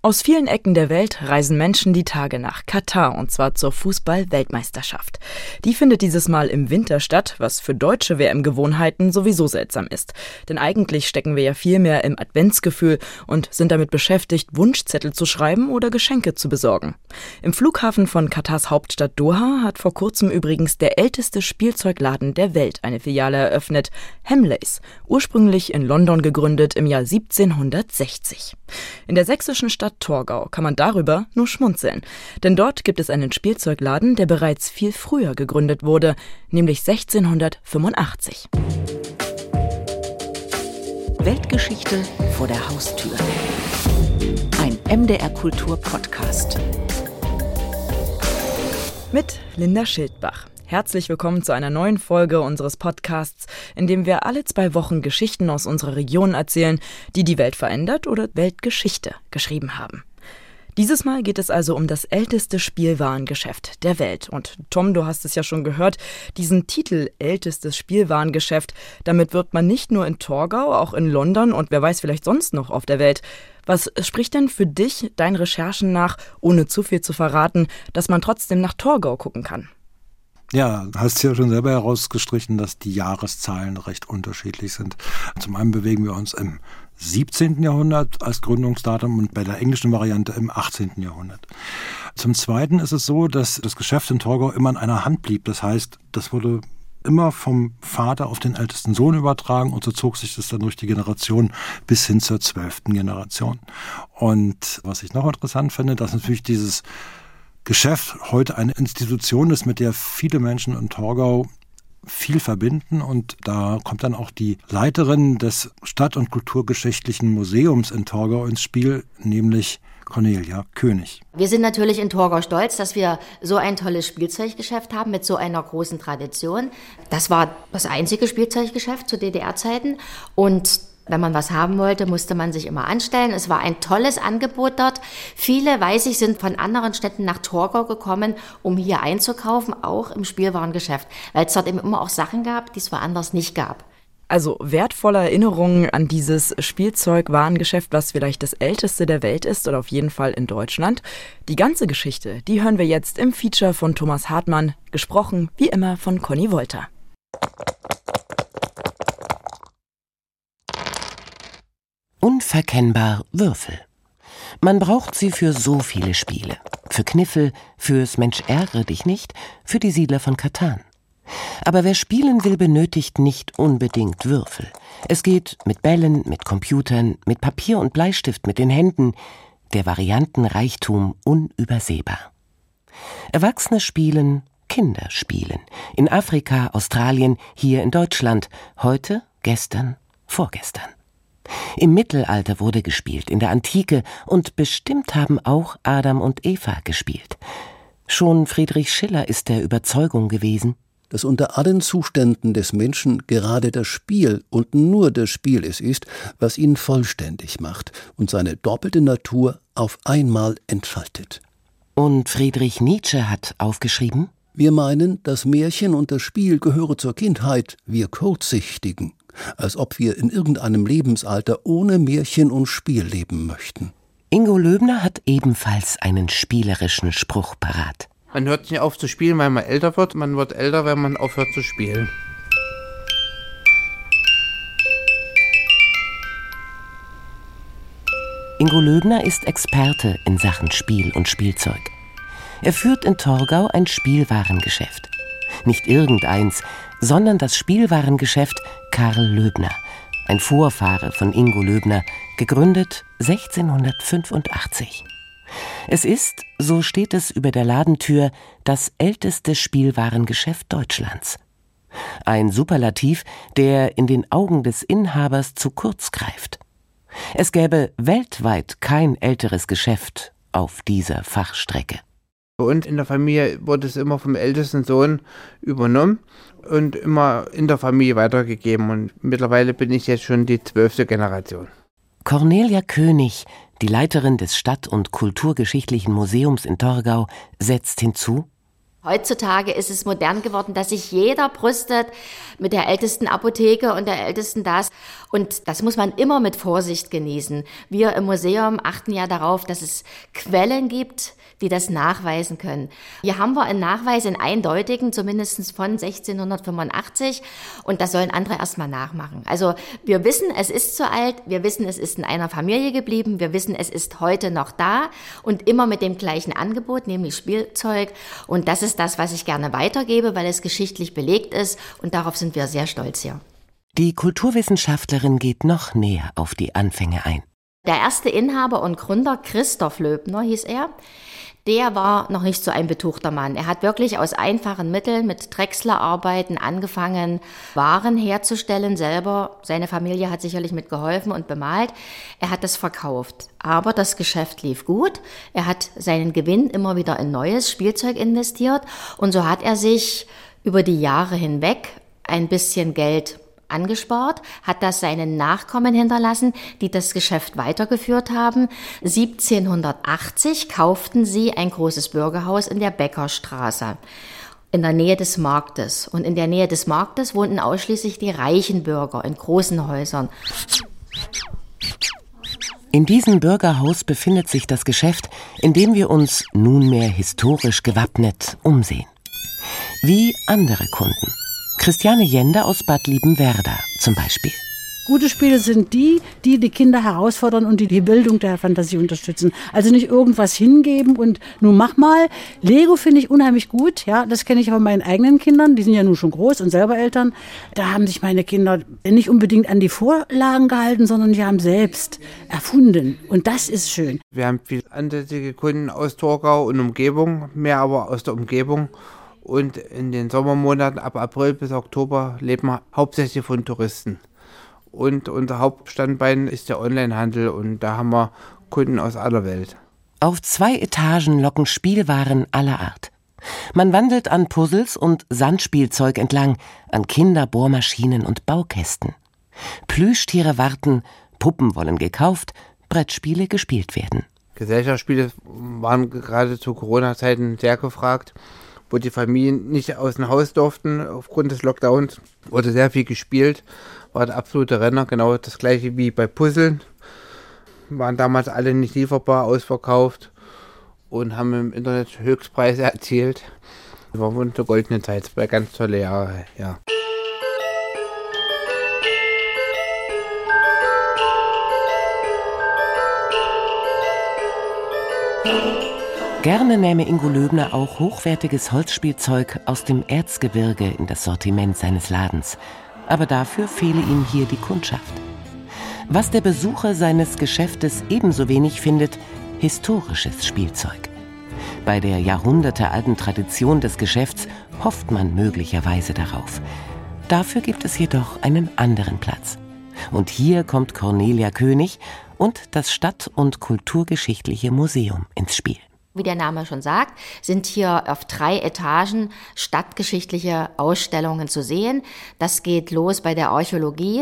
Aus vielen Ecken der Welt reisen Menschen die Tage nach Katar, und zwar zur Fußball-Weltmeisterschaft. Die findet dieses Mal im Winter statt, was für deutsche WM-Gewohnheiten sowieso seltsam ist. Denn eigentlich stecken wir ja viel mehr im Adventsgefühl und sind damit beschäftigt, Wunschzettel zu schreiben oder Geschenke zu besorgen. Im Flughafen von Katars Hauptstadt Doha hat vor kurzem übrigens der älteste Spielzeugladen der Welt eine Filiale eröffnet, Hamleys, ursprünglich in London gegründet im Jahr 1760. In der sächsischen Stadt Torgau kann man darüber nur schmunzeln. Denn dort gibt es einen Spielzeugladen, der bereits viel früher gegründet wurde, nämlich 1685. Weltgeschichte vor der Haustür. Ein MDR-Kultur-Podcast. Mit Linda Schildbach. Herzlich willkommen zu einer neuen Folge unseres Podcasts, in dem wir alle 2 Wochen Geschichten aus unserer Region erzählen, die die Welt verändert oder Weltgeschichte geschrieben haben. Dieses Mal geht es also um das älteste Spielwarengeschäft der Welt. Und Tom, du hast es ja schon gehört, diesen Titel ältestes Spielwarengeschäft, damit wirbt man nicht nur in Torgau, auch in London und wer weiß vielleicht sonst noch auf der Welt. Was spricht denn für dich, deinen Recherchen nach, ohne zu viel zu verraten, dass man trotzdem nach Torgau gucken kann? Ja, hast ja schon selber herausgestrichen, dass die Jahreszahlen recht unterschiedlich sind. Zum einen bewegen wir uns im 17. Jahrhundert als Gründungsdatum und bei der englischen Variante im 18. Jahrhundert. Zum Zweiten ist es so, dass das Geschäft in Torgau immer in einer Hand blieb. Das heißt, das wurde immer vom Vater auf den ältesten Sohn übertragen und so zog sich das dann durch die Generation bis hin zur 12. Generation. Und was ich noch interessant finde, dass natürlich dieses Geschäft heute eine Institution ist, mit der viele Menschen in Torgau viel verbinden, und da kommt dann auch die Leiterin des Stadt- und Kulturgeschichtlichen Museums in Torgau ins Spiel, nämlich Cornelia König. Wir sind natürlich in Torgau stolz, dass wir so ein tolles Spielzeuggeschäft haben mit so einer großen Tradition. Das war das einzige Spielzeuggeschäft zu DDR-Zeiten, und wenn man was haben wollte, musste man sich immer anstellen. Es war ein tolles Angebot dort. Viele, weiß ich, sind von anderen Städten nach Torgau gekommen, um hier einzukaufen, auch im Spielwarengeschäft, weil es dort eben immer auch Sachen gab, die es woanders nicht gab. Also wertvolle Erinnerungen an dieses Spielzeugwarengeschäft, was vielleicht das älteste der Welt ist oder auf jeden Fall in Deutschland. Die ganze Geschichte, die hören wir jetzt im Feature von Thomas Hartmann, gesprochen wie immer von Conny Wolter. Unverkennbar Würfel. Man braucht sie für so viele Spiele. Für Kniffel, fürs Mensch ärgere dich nicht, für die Siedler von Catan. Aber wer spielen will, benötigt nicht unbedingt Würfel. Es geht mit Bällen, mit Computern, mit Papier und Bleistift, mit den Händen. Der Variantenreichtum unübersehbar. Erwachsene spielen, Kinder spielen. In Afrika, Australien, hier in Deutschland. Heute, gestern, vorgestern. Im Mittelalter wurde gespielt, in der Antike, und bestimmt haben auch Adam und Eva gespielt. Schon Friedrich Schiller ist der Überzeugung gewesen, dass unter allen Zuständen des Menschen gerade das Spiel und nur das Spiel es ist, was ihn vollständig macht und seine doppelte Natur auf einmal entfaltet. Und Friedrich Nietzsche hat aufgeschrieben: Wir meinen, das Märchen und das Spiel gehöre zur Kindheit, wir Kurzsichtigen. Als ob wir in irgendeinem Lebensalter ohne Märchen und Spiel leben möchten. Ingo Löbner hat ebenfalls einen spielerischen Spruch parat. Man hört nicht auf zu spielen, weil man älter wird. Man wird älter, wenn man aufhört zu spielen. Ingo Löbner ist Experte in Sachen Spiel und Spielzeug. Er führt in Torgau ein Spielwarengeschäft. Nicht irgendeins, sondern das Spielwarengeschäft Karl Löbner, ein Vorfahre von Ingo Löbner, gegründet 1685. Es ist, so steht es über der Ladentür, das älteste Spielwarengeschäft Deutschlands. Ein Superlativ, der in den Augen des Inhabers zu kurz greift. Es gäbe weltweit kein älteres Geschäft auf dieser Fachstrecke. Bei uns in der Familie wurde es immer vom ältesten Sohn übernommen und immer in der Familie weitergegeben. Und mittlerweile bin ich jetzt schon die 12. Generation. Cornelia König, die Leiterin des Stadt- und Kulturgeschichtlichen Museums in Torgau, setzt hinzu: Heutzutage ist es modern geworden, dass sich jeder brüstet mit der ältesten Apotheke und der ältesten das. Und das muss man immer mit Vorsicht genießen. Wir im Museum achten ja darauf, dass es Quellen gibt, die das nachweisen können. Hier haben wir einen Nachweis, einen eindeutigen, zumindest von 1685. Und das sollen andere erstmal nachmachen. Also wir wissen, es ist zu alt. Wir wissen, es ist in einer Familie geblieben. Wir wissen, es ist heute noch da und immer mit dem gleichen Angebot, nämlich Spielzeug. Und das ist das, was ich gerne weitergebe, weil es geschichtlich belegt ist. Und darauf sind wir sehr stolz hier. Die Kulturwissenschaftlerin geht noch näher auf die Anfänge ein. Der erste Inhaber und Gründer, Christoph Löbner hieß er, der war noch nicht so ein betuchter Mann. Er hat wirklich aus einfachen Mitteln mit Drechslerarbeiten angefangen, Waren herzustellen selber. Seine Familie hat sicherlich mitgeholfen und bemalt. Er hat das verkauft. Aber das Geschäft lief gut. Er hat seinen Gewinn immer wieder in neues Spielzeug investiert. Und so hat er sich über die Jahre hinweg ein bisschen Geld angespart, hat das seinen Nachkommen hinterlassen, die das Geschäft weitergeführt haben. 1780 kauften sie ein großes Bürgerhaus in der Bäckerstraße, in der Nähe des Marktes. Und in der Nähe des Marktes wohnten ausschließlich die reichen Bürger in großen Häusern. In diesem Bürgerhaus befindet sich das Geschäft, in dem wir uns nunmehr historisch gewappnet umsehen. Wie andere Kunden. Christiane Jender aus Bad Liebenwerda zum Beispiel. Gute Spiele sind die Kinder herausfordern und die Bildung der Fantasie unterstützen. Also nicht irgendwas hingeben und nun mach mal. Lego finde ich unheimlich gut. Ja, das kenne ich von meinen eigenen Kindern. Die sind ja nun schon groß und selber Eltern. Da haben sich meine Kinder nicht unbedingt an die Vorlagen gehalten, sondern die haben selbst erfunden. Und das ist schön. Wir haben viele ansässige Kunden aus Torgau und Umgebung, mehr aber aus der Umgebung. Und in den Sommermonaten ab April bis Oktober leben wir hauptsächlich von Touristen. Und unser Hauptstandbein ist der Onlinehandel und da haben wir Kunden aus aller Welt. Auf 2 Etagen locken Spielwaren aller Art. Man wandelt an Puzzles und Sandspielzeug entlang, an Kinderbohrmaschinen und Baukästen. Plüschtiere warten, Puppen wollen gekauft, Brettspiele gespielt werden. Gesellschaftsspiele waren gerade zu Corona-Zeiten sehr gefragt, wo die Familien nicht aus dem Haus durften aufgrund des Lockdowns. Wurde sehr viel gespielt, war der absolute Renner, genau das gleiche wie bei Puzzeln. Waren damals alle nicht lieferbar, ausverkauft und haben im Internet Höchstpreise erzielt. War eine goldene Zeit, zwei ganz tolle Jahre, ja. Gerne nähme Ingo Löbner auch hochwertiges Holzspielzeug aus dem Erzgebirge in das Sortiment seines Ladens. Aber dafür fehle ihm hier die Kundschaft. Was der Besucher seines Geschäftes ebenso wenig findet, historisches Spielzeug. Bei der jahrhundertealten Tradition des Geschäfts hofft man möglicherweise darauf. Dafür gibt es jedoch einen anderen Platz. Und hier kommt Cornelia König und das Stadt- und Kulturgeschichtliche Museum ins Spiel. Wie der Name schon sagt, sind hier auf 3 Etagen stadtgeschichtliche Ausstellungen zu sehen. Das geht los bei der Archäologie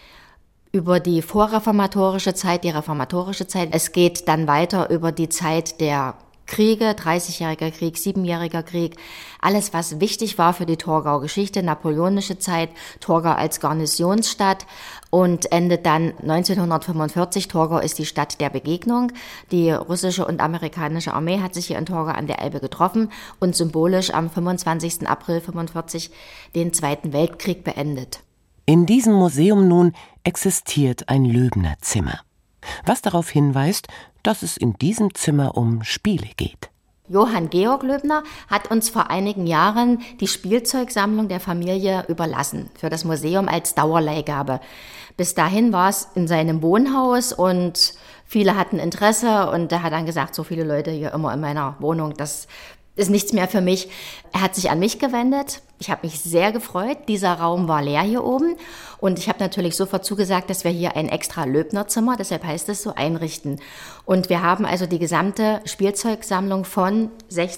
über die vorreformatorische Zeit, die reformatorische Zeit. Es geht dann weiter über die Zeit der Kriege, 30-jähriger Krieg, 7-jähriger Krieg, alles, was wichtig war für die Torgau-Geschichte, napoleonische Zeit, Torgau als Garnisonsstadt und endet dann 1945. Torgau ist die Stadt der Begegnung. Die russische und amerikanische Armee hat sich hier in Torgau an der Elbe getroffen und symbolisch am 25. April 1945 den Zweiten Weltkrieg beendet. In diesem Museum nun existiert ein Löbner-Zimmer, was darauf hinweist, dass es in diesem Zimmer um Spiele geht. Johann Georg Löbner hat uns vor einigen Jahren die Spielzeugsammlung der Familie überlassen für das Museum als Dauerleihgabe. Bis dahin war es in seinem Wohnhaus und viele hatten Interesse und er hat dann gesagt, so viele Leute hier immer in meiner Wohnung, das ist nichts mehr für mich. Er hat sich an mich gewendet. Ich habe mich sehr gefreut. Dieser Raum war leer hier oben. Und ich habe natürlich sofort zugesagt, dass wir hier ein extra Löbner-Zimmer, deshalb heißt es so, einrichten. Und wir haben also die gesamte Spielzeugsammlung von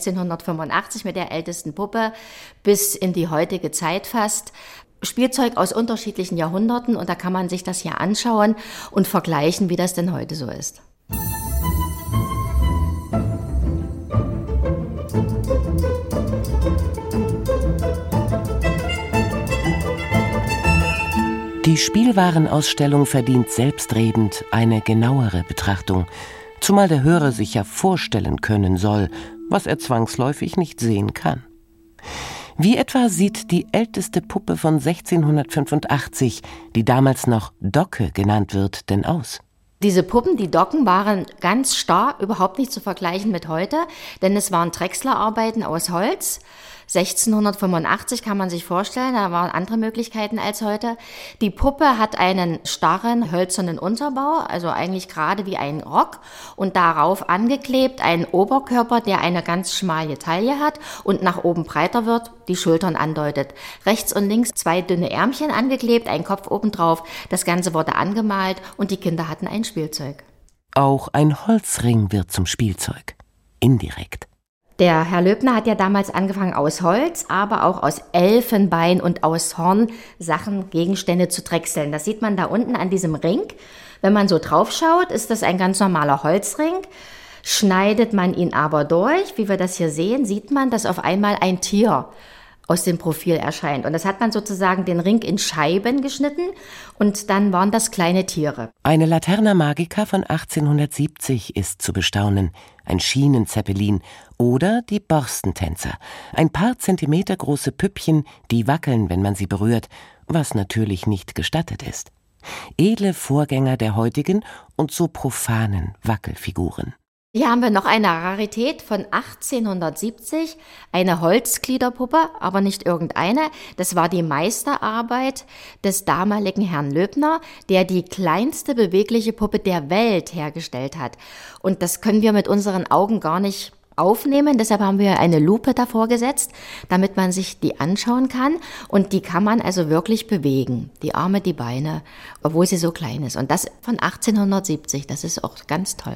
1685 mit der ältesten Puppe bis in die heutige Zeit fast. Spielzeug aus unterschiedlichen Jahrhunderten. Und da kann man sich das hier anschauen und vergleichen, wie das denn heute so ist. Die Spielwarenausstellung verdient selbstredend eine genauere Betrachtung, zumal der Hörer sich ja vorstellen können soll, was er zwangsläufig nicht sehen kann. Wie etwa sieht die älteste Puppe von 1685, die damals noch Docke genannt wird, denn aus? Diese Puppen, die Docken, waren ganz starr, überhaupt nicht zu vergleichen mit heute, denn es waren Drechslerarbeiten aus Holz. 1685 kann man sich vorstellen, da waren andere Möglichkeiten als heute. Die Puppe hat einen starren, hölzernen Unterbau, also eigentlich gerade wie ein Rock, und darauf angeklebt einen Oberkörper, der eine ganz schmale Taille hat und nach oben breiter wird, die Schultern andeutet. Rechts und links 2 dünne Ärmchen angeklebt, ein Kopf obendrauf, das Ganze wurde angemalt und die Kinder hatten ein Spielzeug. Auch ein Holzring wird zum Spielzeug. Indirekt. Der Herr Löbner hat ja damals angefangen, aus Holz, aber auch aus Elfenbein und aus Horn Sachen, Gegenstände zu drechseln. Das sieht man da unten an diesem Ring. Wenn man so drauf schaut, ist das ein ganz normaler Holzring. Schneidet man ihn aber durch, wie wir das hier sehen, sieht man, dass auf einmal ein Tier aus dem Profil erscheint. Und das hat man sozusagen den Ring in Scheiben geschnitten und dann waren das kleine Tiere. Eine Laterna Magica von 1870 ist zu bestaunen, ein Schienenzeppelin oder die Borstentänzer, ein paar Zentimeter große Püppchen, die wackeln, wenn man sie berührt, was natürlich nicht gestattet ist. Edle Vorgänger der heutigen und so profanen Wackelfiguren. Hier haben wir noch eine Rarität von 1870, eine Holzgliederpuppe, aber nicht irgendeine. Das war die Meisterarbeit des damaligen Herrn Löbner, der die kleinste bewegliche Puppe der Welt hergestellt hat. Und das können wir mit unseren Augen gar nicht aufnehmen. Deshalb haben wir eine Lupe davor gesetzt, damit man sich die anschauen kann. Und die kann man also wirklich bewegen. Die Arme, die Beine, obwohl sie so klein ist. Und das von 1870, das ist auch ganz toll.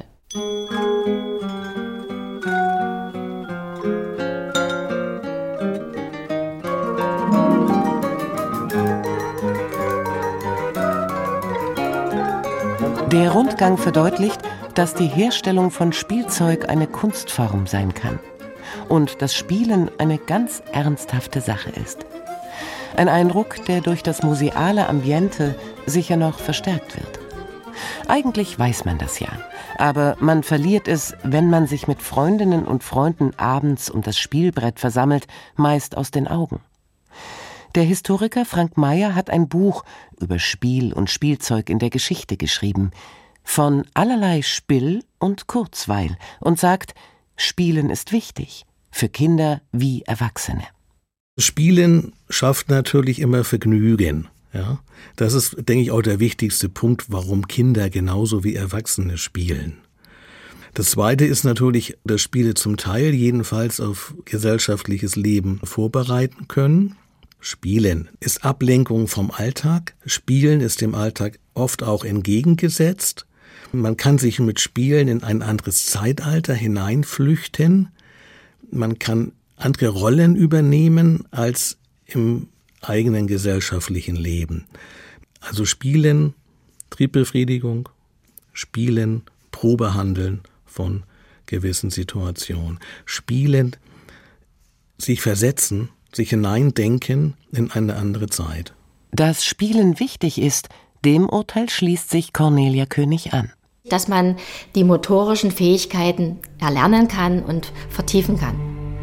Der Rundgang verdeutlicht, dass die Herstellung von Spielzeug eine Kunstform sein kann und das Spielen eine ganz ernsthafte Sache ist. Ein Eindruck, der durch das museale Ambiente sicher noch verstärkt wird. Eigentlich weiß man das ja, aber man verliert es, wenn man sich mit Freundinnen und Freunden abends um das Spielbrett versammelt, meist aus den Augen. Der Historiker Frank Meyer hat ein Buch über Spiel und Spielzeug in der Geschichte geschrieben, von allerlei Spill und Kurzweil, und sagt, Spielen ist wichtig, für Kinder wie Erwachsene. Spielen schafft natürlich immer Vergnügen. Ja, das ist, denke ich, auch der wichtigste Punkt, warum Kinder genauso wie Erwachsene spielen. Das Zweite ist natürlich, dass Spiele zum Teil jedenfalls auf gesellschaftliches Leben vorbereiten können. Spielen ist Ablenkung vom Alltag. Spielen ist dem Alltag oft auch entgegengesetzt. Man kann sich mit Spielen in ein anderes Zeitalter hineinflüchten. Man kann andere Rollen übernehmen als im eigenen gesellschaftlichen Leben. Also Spielen, Triebbefriedigung, Spielen, Probehandeln von gewissen Situationen. Spielen, sich versetzen, sich hineindenken in eine andere Zeit. Dass Spielen wichtig ist, dem Urteil schließt sich Cornelia König an. Dass man die motorischen Fähigkeiten erlernen kann und vertiefen kann.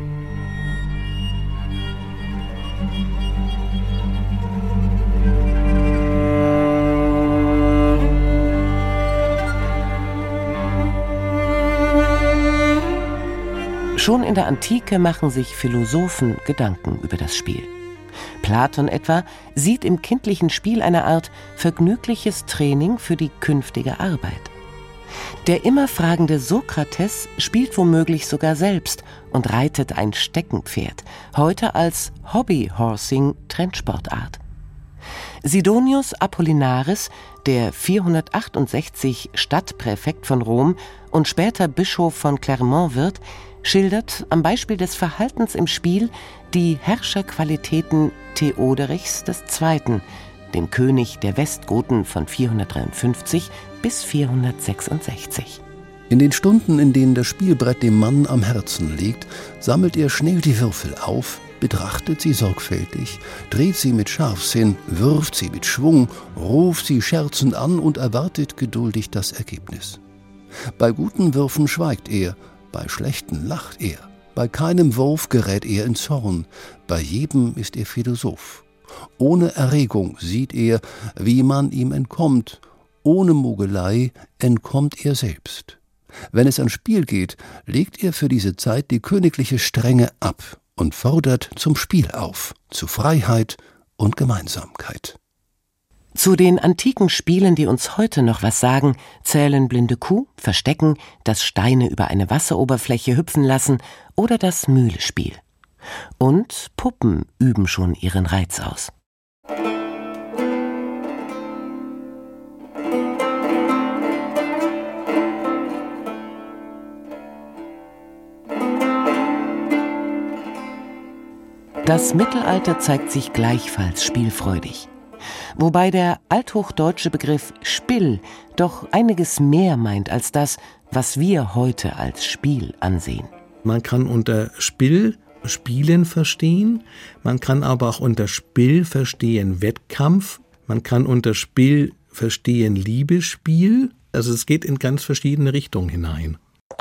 Schon in der Antike machen sich Philosophen Gedanken über das Spiel. Platon etwa sieht im kindlichen Spiel eine Art vergnügliches Training für die künftige Arbeit. Der immer fragende Sokrates spielt womöglich sogar selbst und reitet ein Steckenpferd, heute als Hobbyhorsing Trendsportart. Sidonius Apollinaris, der 468 Stadtpräfekt von Rom und später Bischof von Clermont wird, schildert am Beispiel des Verhaltens im Spiel die Herrscherqualitäten Theoderichs II., dem König der Westgoten von 453 bis 466. In den Stunden, in denen das Spielbrett dem Mann am Herzen liegt, sammelt er schnell die Würfel auf, betrachtet sie sorgfältig, dreht sie mit Scharfsinn, wirft sie mit Schwung, ruft sie scherzend an und erwartet geduldig das Ergebnis. Bei guten Würfen schweigt er, bei schlechten lacht er, bei keinem Wurf gerät er in Zorn, bei jedem ist er Philosoph. Ohne Erregung sieht er, wie man ihm entkommt, ohne Mogelei entkommt er selbst. Wenn es ans Spiel geht, legt er für diese Zeit die königliche Strenge ab und fordert zum Spiel auf, zu Freiheit und Gemeinsamkeit. Zu den antiken Spielen, die uns heute noch was sagen, zählen blinde Kuh, Verstecken, das Steine über eine Wasseroberfläche hüpfen lassen oder das Mühlespiel. Und Puppen üben schon ihren Reiz aus. Das Mittelalter zeigt sich gleichfalls spielfreudig. Wobei der althochdeutsche Begriff Spill doch einiges mehr meint als das, was wir heute als Spiel ansehen. Man kann unter Spiel Spielen verstehen, man kann aber auch unter Spiel verstehen Wettkampf, man kann unter Spiel verstehen Liebesspiel, also es geht in ganz verschiedene Richtungen hinein.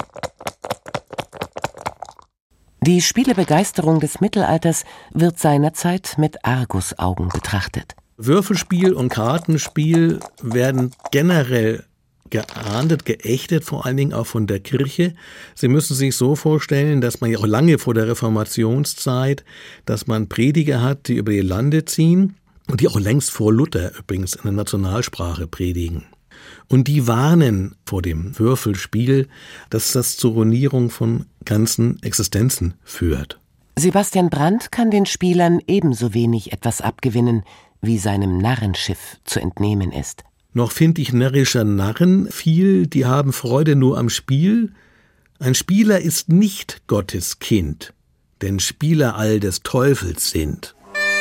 Die Spielebegeisterung des Mittelalters wird seinerzeit mit Argusaugen betrachtet. Würfelspiel und Kartenspiel werden generell geahndet, geächtet, vor allen Dingen auch von der Kirche. Sie müssen sich so vorstellen, dass man ja auch lange vor der Reformationszeit, dass man Prediger hat, die über die Lande ziehen und die auch längst vor Luther übrigens in der Nationalsprache predigen. Und die warnen vor dem Würfelspiel, dass das zur Ruinierung von ganzen Existenzen führt. Sebastian Brandt kann den Spielern ebenso wenig etwas abgewinnen, wie seinem Narrenschiff zu entnehmen ist. Noch finde ich närrischer Narren viel, die haben Freude nur am Spiel. Ein Spieler ist nicht Gottes Kind, denn Spieler all des Teufels sind.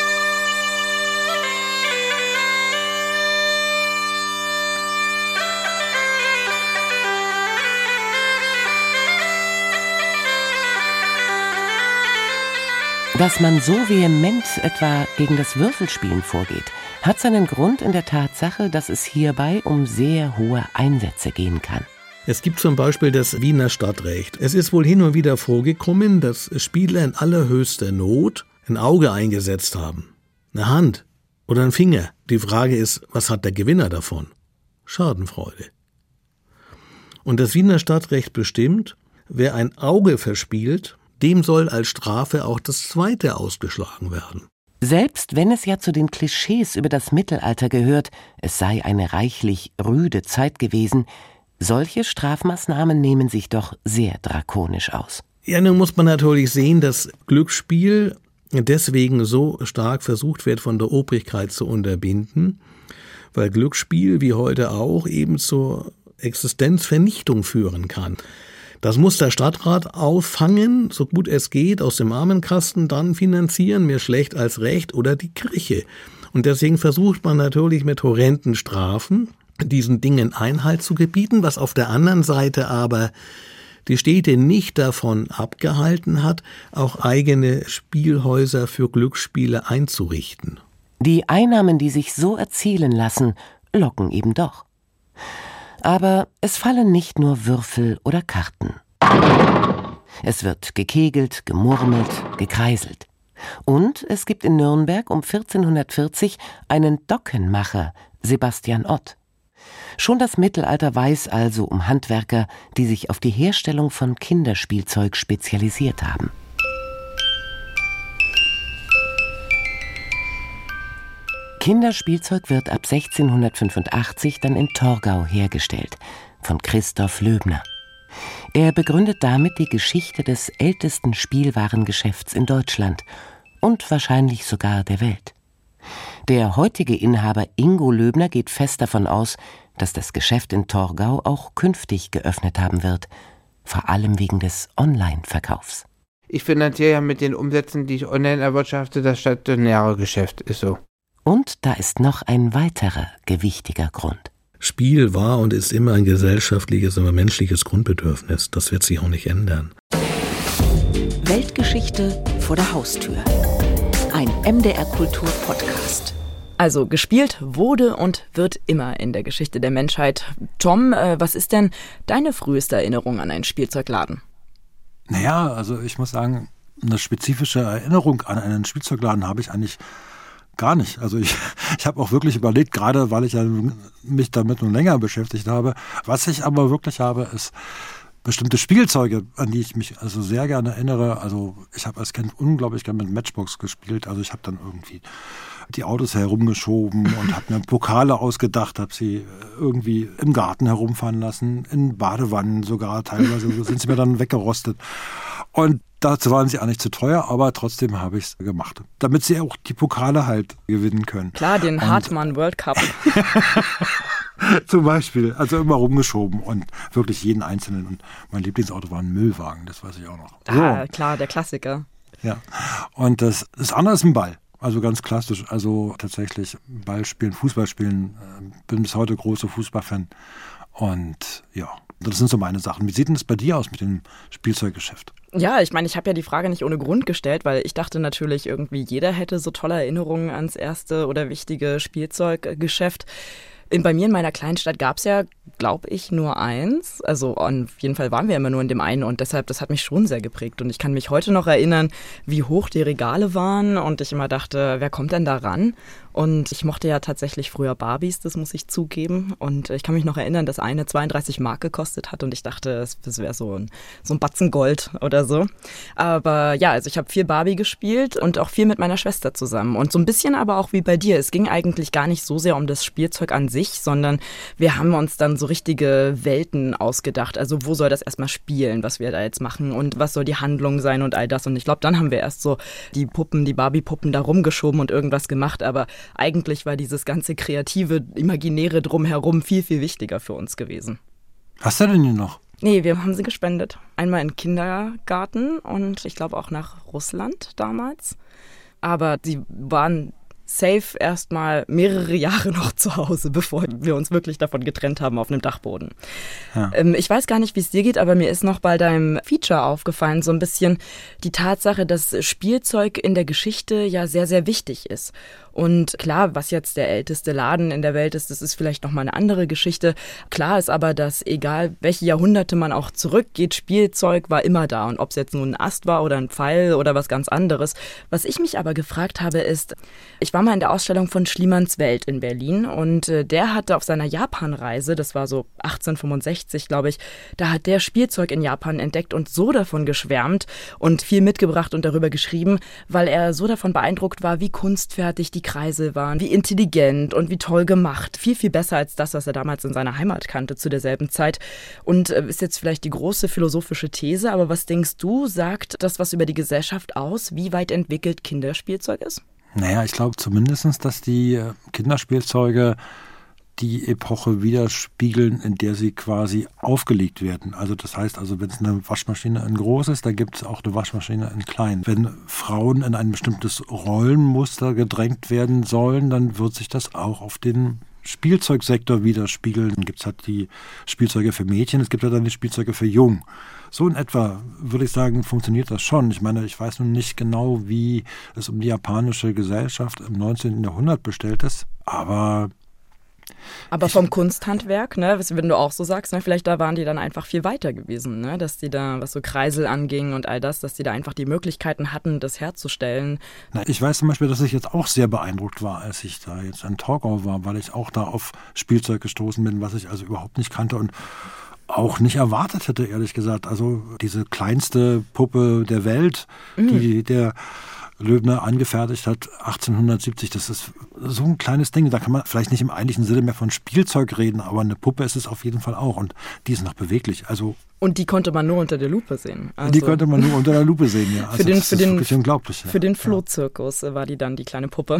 Dass man so vehement etwa gegen das Würfelspielen vorgeht, hat seinen Grund in der Tatsache, dass es hierbei um sehr hohe Einsätze gehen kann. Es gibt zum Beispiel das Wiener Stadtrecht. Es ist wohl hin und wieder vorgekommen, dass Spieler in allerhöchster Not ein Auge eingesetzt haben, eine Hand oder einen Finger. Die Frage ist, was hat der Gewinner davon? Schadenfreude. Und das Wiener Stadtrecht bestimmt, wer ein Auge verspielt, dem soll als Strafe auch das zweite ausgeschlagen werden. Selbst wenn es ja zu den Klischees über das Mittelalter gehört, es sei eine reichlich rüde Zeit gewesen, solche Strafmaßnahmen nehmen sich doch sehr drakonisch aus. Ja, nun muss man natürlich sehen, dass Glücksspiel deswegen so stark versucht wird, von der Obrigkeit zu unterbinden, weil Glücksspiel, wie heute auch, eben zur Existenzvernichtung führen kann. Das muss der Stadtrat auffangen, so gut es geht, aus dem Armenkasten dann finanzieren, mehr schlecht als recht, oder die Kirche. Und deswegen versucht man natürlich mit horrenden Strafen diesen Dingen Einhalt zu gebieten, was auf der anderen Seite aber die Städte nicht davon abgehalten hat, auch eigene Spielhäuser für Glücksspiele einzurichten. Die Einnahmen, die sich so erzielen lassen, locken eben doch. Aber es fallen nicht nur Würfel oder Karten. Es wird gekegelt, gemurmelt, gekreiselt. Und es gibt in Nürnberg um 1440 einen Dockenmacher, Sebastian Ott. Schon das Mittelalter weiß also um Handwerker, die sich auf die Herstellung von Kinderspielzeug spezialisiert haben. Kinderspielzeug wird ab 1685 dann in Torgau hergestellt, von Christoph Löbner. Er begründet damit die Geschichte des ältesten Spielwarengeschäfts in Deutschland und wahrscheinlich sogar der Welt. Der heutige Inhaber Ingo Löbner geht fest davon aus, dass das Geschäft in Torgau auch künftig geöffnet haben wird, vor allem wegen des Online-Verkaufs. Ich finanziere ja mit den Umsätzen, die ich online erwirtschafte, das stationäre Geschäft, ist so. Und da ist noch ein weiterer gewichtiger Grund. Spiel war und ist immer ein gesellschaftliches, aber menschliches Grundbedürfnis. Das wird sich auch nicht ändern. Weltgeschichte vor der Haustür. Ein MDR Kultur Podcast. Also gespielt wurde und wird immer in der Geschichte der Menschheit. Tom, was ist denn deine früheste Erinnerung an einen Spielzeugladen? Naja, also ich muss sagen, eine spezifische Erinnerung an einen Spielzeugladen habe ich eigentlich gar nicht. Also ich habe auch wirklich überlegt, gerade weil ich ja mich damit nun länger beschäftigt habe. Was ich aber wirklich habe, ist bestimmte Spielzeuge, an die ich mich also sehr gerne erinnere. Also ich habe als Kind unglaublich gerne mit Matchbox gespielt. Also ich habe dann irgendwie die Autos herumgeschoben und habe mir Pokale ausgedacht, habe sie irgendwie im Garten herumfahren lassen, in Badewannen sogar teilweise sind sie mir dann weggerostet. Und dazu waren sie auch nicht zu teuer, aber trotzdem habe ich es gemacht, damit sie auch die Pokale halt gewinnen können. Klar, den Hartmann World Cup. Zum Beispiel, also immer rumgeschoben und wirklich jeden einzelnen. Und mein Lieblingsauto war ein Müllwagen, das weiß ich auch noch. Ah, klar, der Klassiker. Ja, und das andere ist ein Ball. Also ganz klassisch, also tatsächlich Ball spielen, Fußball spielen. Bin bis heute großer Fußballfan. Und ja, das sind so meine Sachen. Wie sieht denn das bei dir aus mit dem Spielzeuggeschäft? Ja, ich meine, ich habe ja die Frage nicht ohne Grund gestellt, weil ich dachte natürlich irgendwie, jeder hätte so tolle Erinnerungen ans erste oder wichtige Spielzeuggeschäft. Bei mir in meiner kleinen Stadt gab es ja, glaube ich, nur eins. Also auf jeden Fall waren wir immer nur in dem einen und deshalb, das hat mich schon sehr geprägt. Und ich kann mich heute noch erinnern, wie hoch die Regale waren und ich immer dachte, wer kommt denn da ran? Und ich mochte ja tatsächlich früher Barbies, das muss ich zugeben. Und ich kann mich noch erinnern, dass eine 32 Mark gekostet hat und ich dachte, das wäre so ein Batzen Gold oder so. Aber ja, also ich habe viel Barbie gespielt und auch viel mit meiner Schwester zusammen. Und so ein bisschen aber auch wie bei dir. Es ging eigentlich gar nicht so sehr um das Spielzeug an sich, sondern wir haben uns dann so richtige Welten ausgedacht. Also wo soll das erstmal spielen, was wir da jetzt machen und was soll die Handlung sein und all das. Und ich glaube, dann haben wir erst so die Barbie-Puppen da rumgeschoben und irgendwas gemacht, aber eigentlich war dieses ganze kreative, imaginäre Drumherum viel, viel wichtiger für uns gewesen. Hast du denn die noch? Nee, wir haben sie gespendet. Einmal in den Kindergarten und ich glaube auch nach Russland damals. Aber sie waren safe erstmal mehrere Jahre noch zu Hause, bevor wir uns wirklich davon getrennt haben auf einem Dachboden. Ja. Ich weiß gar nicht, wie es dir geht, aber mir ist noch bei deinem Feature aufgefallen, so ein bisschen die Tatsache, dass Spielzeug in der Geschichte ja sehr, sehr wichtig ist. Und klar, was jetzt der älteste Laden in der Welt ist, das ist vielleicht nochmal eine andere Geschichte. Klar ist aber, dass egal welche Jahrhunderte man auch zurückgeht, Spielzeug war immer da. Und ob es jetzt nun ein Ast war oder ein Pfeil oder was ganz anderes. Was ich mich aber gefragt habe ist, ich war mal in der Ausstellung von Schliemanns Welt in Berlin und der hatte auf seiner Japan-Reise, das war so 1865, glaube ich, da hat der Spielzeug in Japan entdeckt und so davon geschwärmt und viel mitgebracht und darüber geschrieben, weil er so davon beeindruckt war, wie kunstfertig die Kreisel waren, wie intelligent und wie toll gemacht. Viel, viel besser als das, was er damals in seiner Heimat kannte zu derselben Zeit. Und ist jetzt vielleicht die große philosophische These, aber was denkst du, sagt das was über die Gesellschaft aus, wie weit entwickelt Kinderspielzeug ist? Naja, ich glaube zumindest, dass die Kinderspielzeuge die Epoche widerspiegeln, in der sie quasi aufgelegt werden. Also das heißt, wenn es eine Waschmaschine in groß ist, dann gibt es auch eine Waschmaschine in klein. Wenn Frauen in ein bestimmtes Rollenmuster gedrängt werden sollen, dann wird sich das auch auf den Spielzeugsektor widerspiegeln. Dann gibt es halt die Spielzeuge für Mädchen, es gibt halt dann die Spielzeuge für Jungen. So in etwa, würde ich sagen, funktioniert das schon. Ich meine, ich weiß nun nicht genau, wie es um die japanische Gesellschaft im 19. Jahrhundert bestellt ist, aber vom Kunsthandwerk, ne, wenn du auch so sagst, ne, vielleicht da waren die dann einfach viel weiter gewesen, ne, dass die da, was so Kreisel anging und all das, dass die da einfach die Möglichkeiten hatten, das herzustellen. Ich weiß zum Beispiel, dass ich jetzt auch sehr beeindruckt war, als ich da jetzt in Torgau war, weil ich auch da auf Spielzeug gestoßen bin, was ich also überhaupt nicht kannte und auch nicht erwartet hätte, ehrlich gesagt. Also diese kleinste Puppe der Welt, die der Löbner angefertigt hat, 1870, das ist so ein kleines Ding, da kann man vielleicht nicht im eigentlichen Sinne mehr von Spielzeug reden, aber eine Puppe ist es auf jeden Fall auch und die ist noch beweglich. Und die konnte man nur unter der Lupe sehen. Die konnte man nur unter der Lupe sehen, ja. Das ist wirklich unglaublich. Für den Flohzirkus war die dann die kleine Puppe.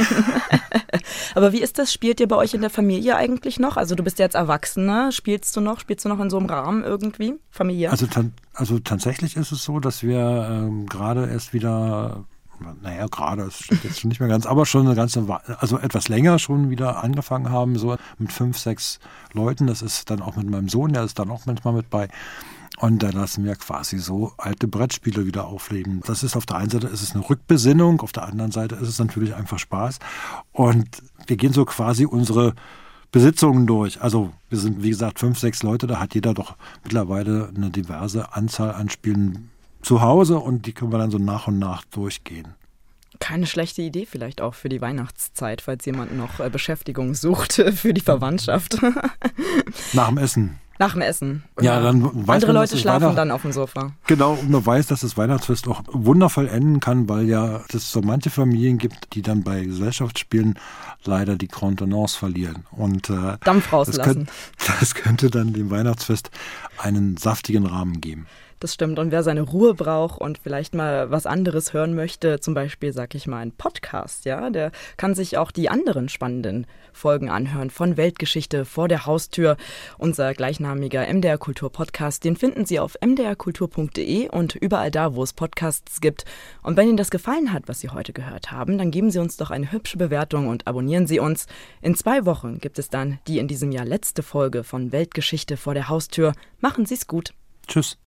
Aber wie ist das? Spielt ihr bei euch in der Familie eigentlich noch? Also du bist ja jetzt Erwachsener, spielst du noch in so einem Rahmen irgendwie, familiär? Also tatsächlich ist es so, dass wir gerade erst wieder, es stimmt jetzt schon nicht mehr ganz, aber schon etwas länger schon wieder angefangen haben, so mit 5, 6 Leuten. Das ist dann auch mit meinem Sohn, der ist dann auch manchmal mit bei. Und da lassen wir quasi so alte Brettspiele wieder aufleben. Das ist auf der einen Seite ist es eine Rückbesinnung, auf der anderen Seite ist es natürlich einfach Spaß. Und wir gehen so quasi unsere Besitzungen durch. Also wir sind, wie gesagt, 5, 6 Leute, da hat jeder doch mittlerweile eine diverse Anzahl an Spielen zu Hause und die können wir dann so nach und nach durchgehen. Keine schlechte Idee vielleicht auch für die Weihnachtszeit, falls jemand noch Beschäftigung sucht für die Verwandtschaft. Nach dem Essen. Nach dem Essen. Ja, dann weiß andere man, Leute schlafen dann auf dem Sofa. Genau, und man weiß, dass das Weihnachtsfest auch wundervoll enden kann, weil ja es so manche Familien gibt, die dann bei Gesellschaftsspielen leider die Contenance verlieren. Und Dampf rauslassen. Das könnte dann dem Weihnachtsfest einen saftigen Rahmen geben. Das stimmt. Und wer seine Ruhe braucht und vielleicht mal was anderes hören möchte, zum Beispiel, sag ich mal, einen Podcast, ja, der kann sich auch die anderen spannenden Folgen anhören von Weltgeschichte vor der Haustür. Unser gleichnamiger MDR Kultur Podcast, den finden Sie auf mdrkultur.de und überall da, wo es Podcasts gibt. Und wenn Ihnen das gefallen hat, was Sie heute gehört haben, dann geben Sie uns doch eine hübsche Bewertung und abonnieren Sie uns. In 2 Wochen gibt es dann die in diesem Jahr letzte Folge von Weltgeschichte vor der Haustür. Machen Sie es gut. Tschüss.